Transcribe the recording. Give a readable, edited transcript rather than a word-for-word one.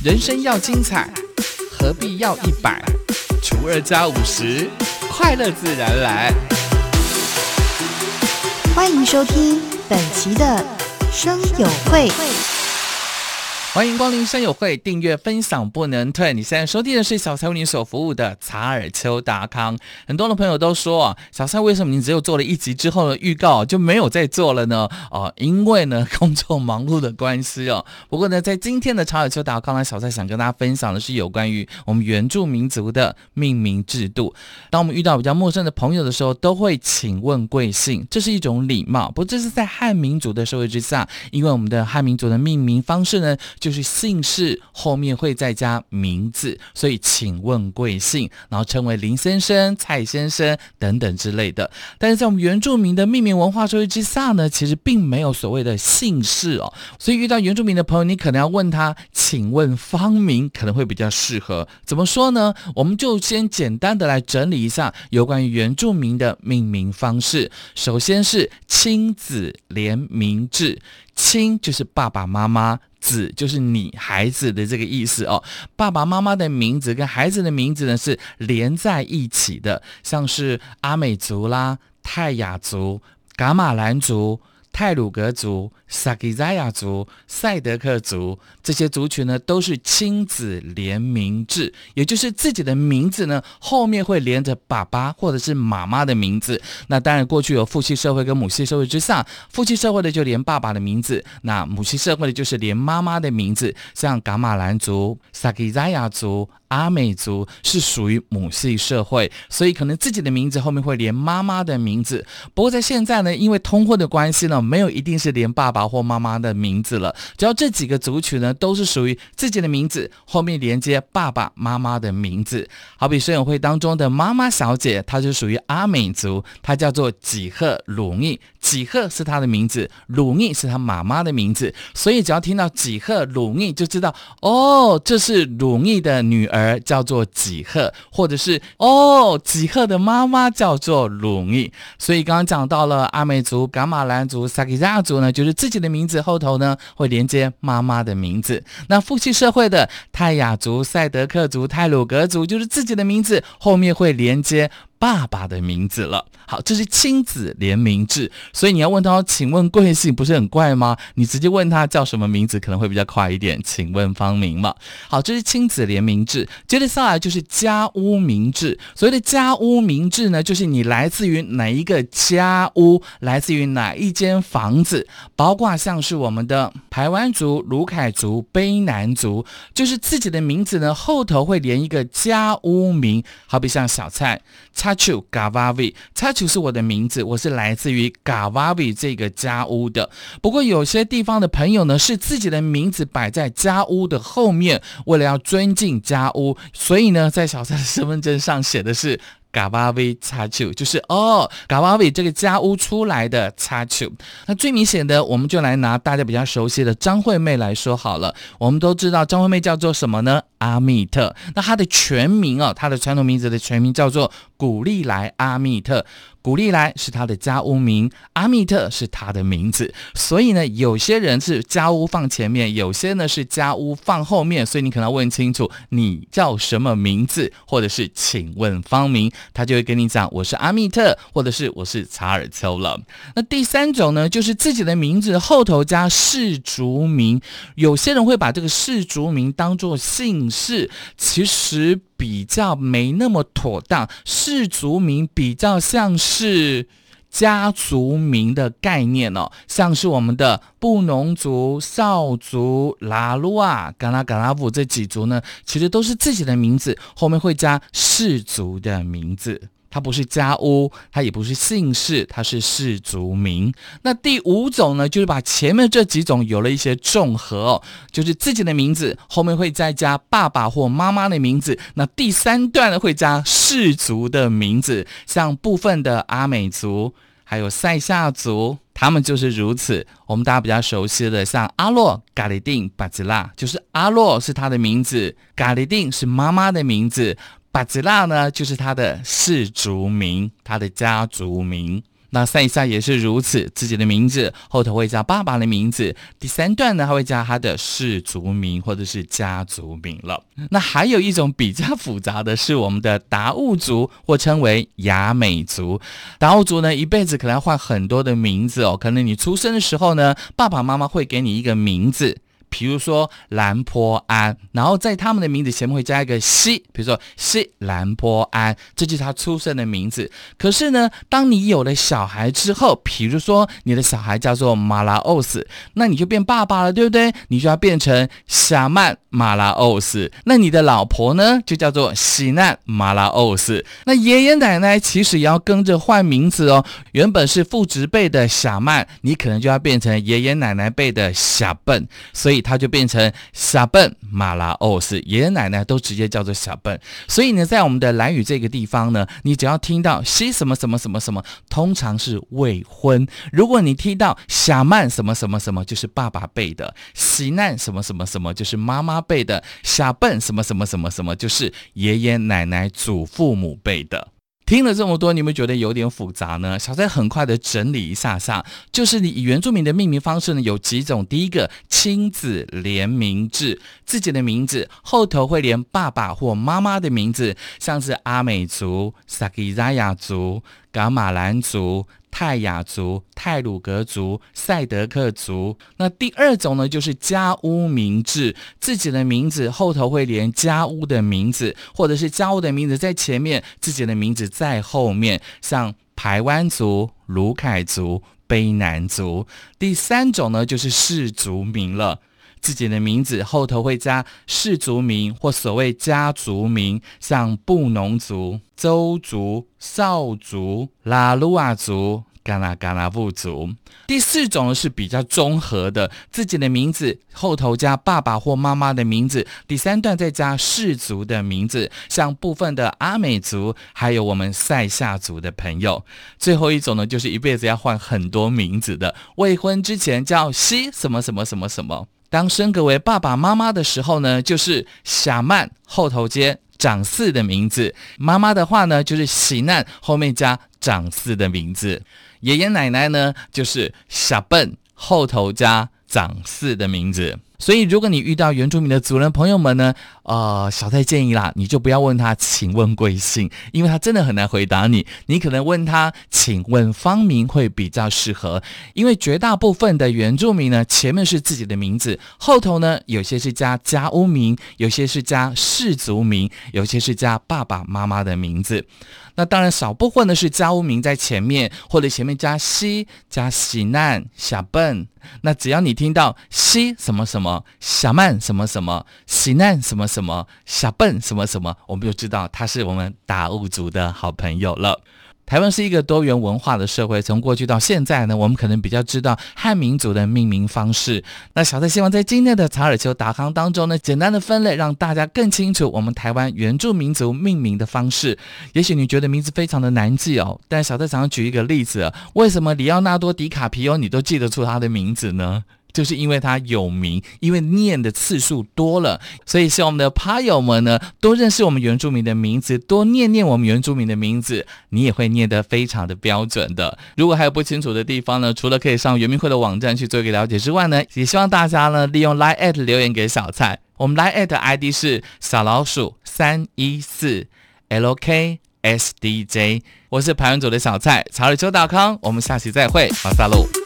人生要精彩，何必要100除2加50，快乐自然来。 欢迎收听本期的声友会。 欢迎光临声友会，订阅分享不能退。你现在收听的是小蔡为你所服务的查尔丘达康。很多的朋友都说小蔡为什么你只有做了1集之后的预告就没有再做了呢？因为呢工作忙碌的关系不过呢，在今天的查尔丘达康呢，小蔡想跟大家分享的是有关于我们原住民族的命名制度。当我们遇到比较陌生的朋友的时候，都会请问贵姓，这是一种礼貌。不过这是在汉民族的社会之下，因为我们的汉民族的命名方式呢，就是姓氏后面会再加名字，所以请问贵姓，然后称为林先生、蔡先生等等之类的。但是在我们原住民的命名文化社会之下呢，其实并没有所谓的姓氏所以遇到原住民的朋友，你可能要问他请问芳名，可能会比较适合。怎么说呢？我们就先简单的来整理一下有关于原住民的命名方式。首先是亲子联名制，亲就是爸爸妈妈，子就是你孩子的这个意思爸爸妈妈的名字跟孩子的名字呢是连在一起的，像是阿美族啦、泰雅族、噶玛兰族、太鲁阁族、萨基扎亚族、赛德克族，这些族群呢都是亲子联名制，也就是自己的名字呢后面会连着爸爸或者是妈妈的名字。那当然过去有父系社会跟母系社会之下，父系社会的就连爸爸的名字，那母系社会的就是连妈妈的名字，像噶玛兰族、萨基扎亚族、阿美族是属于母系社会，所以可能自己的名字后面会连妈妈的名字。不过在现在呢，因为通婚的关系呢，没有一定是连爸爸或妈妈的名字了，只要这几个族群呢都是属于自己的名字后面连接爸爸妈妈的名字。好比声友会当中的妈妈小姐，她就属于阿美族，她叫做几赫鲁义，几赫是她的名字，鲁义是她妈妈的名字，所以只要听到几赫鲁义就知道这是鲁义的女儿叫做几赫，或者是几赫的妈妈叫做鲁义。所以刚刚讲到了阿美族、噶玛兰族、萨基扎族呢，就是自己的名字后头呢会连接妈妈的名字。那父系社会的泰雅族、赛德克族、太鲁阁族，就是自己的名字后面会连接爸爸的名字了。好，这是亲子联名制，所以你要问他请问贵姓，不是很怪吗？你直接问他叫什么名字可能会比较快一点，请问芳名嘛。好，这是亲子联名制。接着下来就是家屋名制。所谓的家屋名制呢，就是你来自于哪一个家屋，来自于哪一间房子，包括像是我们的排湾族、鲁凯族、卑南族，就是自己的名字呢后头会连一个家屋名。好比像小蔡Chachu Gavavi， Chachu 是我的名字，我是来自于 Gavavi 这个家屋的。不过有些地方的朋友呢，是自己的名字摆在家屋的后面，为了要尊敬家屋，所以呢，在小蔡的身份证上写的是Gavavi Chachu， 就是Gavavi 这个家屋出来的 Chachu。 那最明显的，我们就来拿大家比较熟悉的张惠妹来说好了。我们都知道张惠妹叫做什么呢？阿密特。那她的全名她的传统名字的全名叫做古利来阿密特。古利来是他的家屋名，阿密特是他的名字。所以呢，有些人是家屋放前面，有些呢是家屋放后面，所以你可能要问清楚你叫什么名字，或者是请问芳名，他就会跟你讲我是阿密特，或者是我是查尔丘了。那第三种呢，就是自己的名字后头加氏族名。有些人会把这个氏族名当作姓氏，其实比较没那么妥当，氏族名比较像是家族名的概念像是我们的布农族、少族、拉鲁啊、嘎拉嘎拉布这几族呢，其实都是自己的名字后面会加氏族的名字。它不是家屋，它也不是姓氏，它是氏族名。那第五种呢，就是把前面这几种有了一些综合就是自己的名字后面会再加爸爸或妈妈的名字。那第三段呢，会加氏族的名字，像部分的阿美族还有塞夏族，他们就是如此。我们大家比较熟悉的像阿洛、嘎里定、巴吉拉，就是阿洛是他的名字，嘎里定是妈妈的名字，巴吉拉呢就是他的氏族名，他的家族名。 那赛夏也是如此，自己的名字后头会加爸爸的名字，第三段呢，他会加他的氏族名或者是家族名了。那还有一种比较复杂的是我们的达悟族，或称为雅美族。达悟族呢，一辈子可能要换很多的名字哦，可能你出生的时候呢，爸爸妈妈会给你一个名字，比如说兰坡安，然后在他们的名字前面会加一个西，比如说西兰坡安，这就是他出生的名字。可是呢，当你有了小孩之后，比如说你的小孩叫做马拉奥斯，那你就变爸爸了，对不对？你就要变成夏曼马拉奥斯。那你的老婆呢，就叫做喜难马拉奥斯。那爷爷奶奶其实也要跟着换名字哦，原本是父执辈的夏曼，你可能就要变成爷爷奶奶辈的夏笨，所以它就变成夏笨马拉奥斯，爷爷奶奶都直接叫做夏笨。所以呢，在我们的兰语这个地方呢，你只要听到西什么什么什么什么，通常是未婚；如果你听到夏曼什么什么什么，就是爸爸辈的；喜难什么什么什么，就是妈妈辈的；夏笨什么什么什么什么，就是爷爷奶奶祖父母辈的。听了这么多，你有没有觉得有点复杂呢？小蔡很快的整理一下，就是你以原住民的命名方式呢，有几种。第一个，亲子连名制，自己的名字后头会连爸爸或妈妈的名字，像是阿美族、萨基扎雅族、噶玛兰族、泰雅族、太鲁阁族、赛德克族。那第二种呢，就是家屋名制，自己的名字后头会连家屋的名字，或者是家屋的名字在前面，自己的名字在后面，像排湾族、鲁凯族、卑南族。第三种呢，就是氏族名了，自己的名字后头会加氏族名或所谓家族名，像布农族、邹族、邵族、拉鲁瓦族、嘎拉布族。第四种是比较综合的，自己的名字后头加爸爸或妈妈的名字，第三段再加氏族的名字，像部分的阿美族，还有我们赛夏族的朋友。最后一种呢，就是一辈子要换很多名字的，未婚之前叫西什么什么什么什么，当升格为爸爸妈妈的时候呢，就是夏曼后头接长嗣的名字，妈妈的话呢，就是喜难后面加长嗣的名字，爷爷奶奶呢，就是夏笨后头加长嗣的名字。所以如果你遇到原住民的族人朋友们呢，小蔡建议啦，你就不要问他请问贵姓，因为他真的很难回答你。你可能问他请问芳名会比较适合，因为绝大部分的原住民呢，前面是自己的名字，后头呢有些是加家屋名，有些是加氏族名，有些是加爸爸妈妈的名字。那当然少部分的是家屋名在前面，或者前面加西、加喜难、夏笨。那只要你听到西什么什么、夏曼什么什么、喜难什么什么、夏笨什么什么，我们就知道他是我们达悟族的好朋友了。台湾是一个多元文化的社会，从过去到现在呢，我们可能比较知道汉民族的命名方式。那小蔡希望在今天的查尔丘达康当中呢，简单的分类，让大家更清楚我们台湾原住民族命名的方式。也许你觉得名字非常的难记哦，但小蔡常举一个例子，为什么里奥纳多·迪卡皮欧你都记得出他的名字呢？就是因为他有名，因为念的次数多了，所以希望我们的趴友们呢，多认识我们原住民的名字，多念念我们原住民的名字，你也会念得非常的标准的。如果还有不清楚的地方呢，除了可以上原民会的网站去做一个了解之外呢，也希望大家呢利用 Line@ 留言给小蔡，我们 Line@ ID 是小老鼠314 LKSDJ， 我是排湾组的小蔡，查尔丘大康，我们下期再会，马萨路。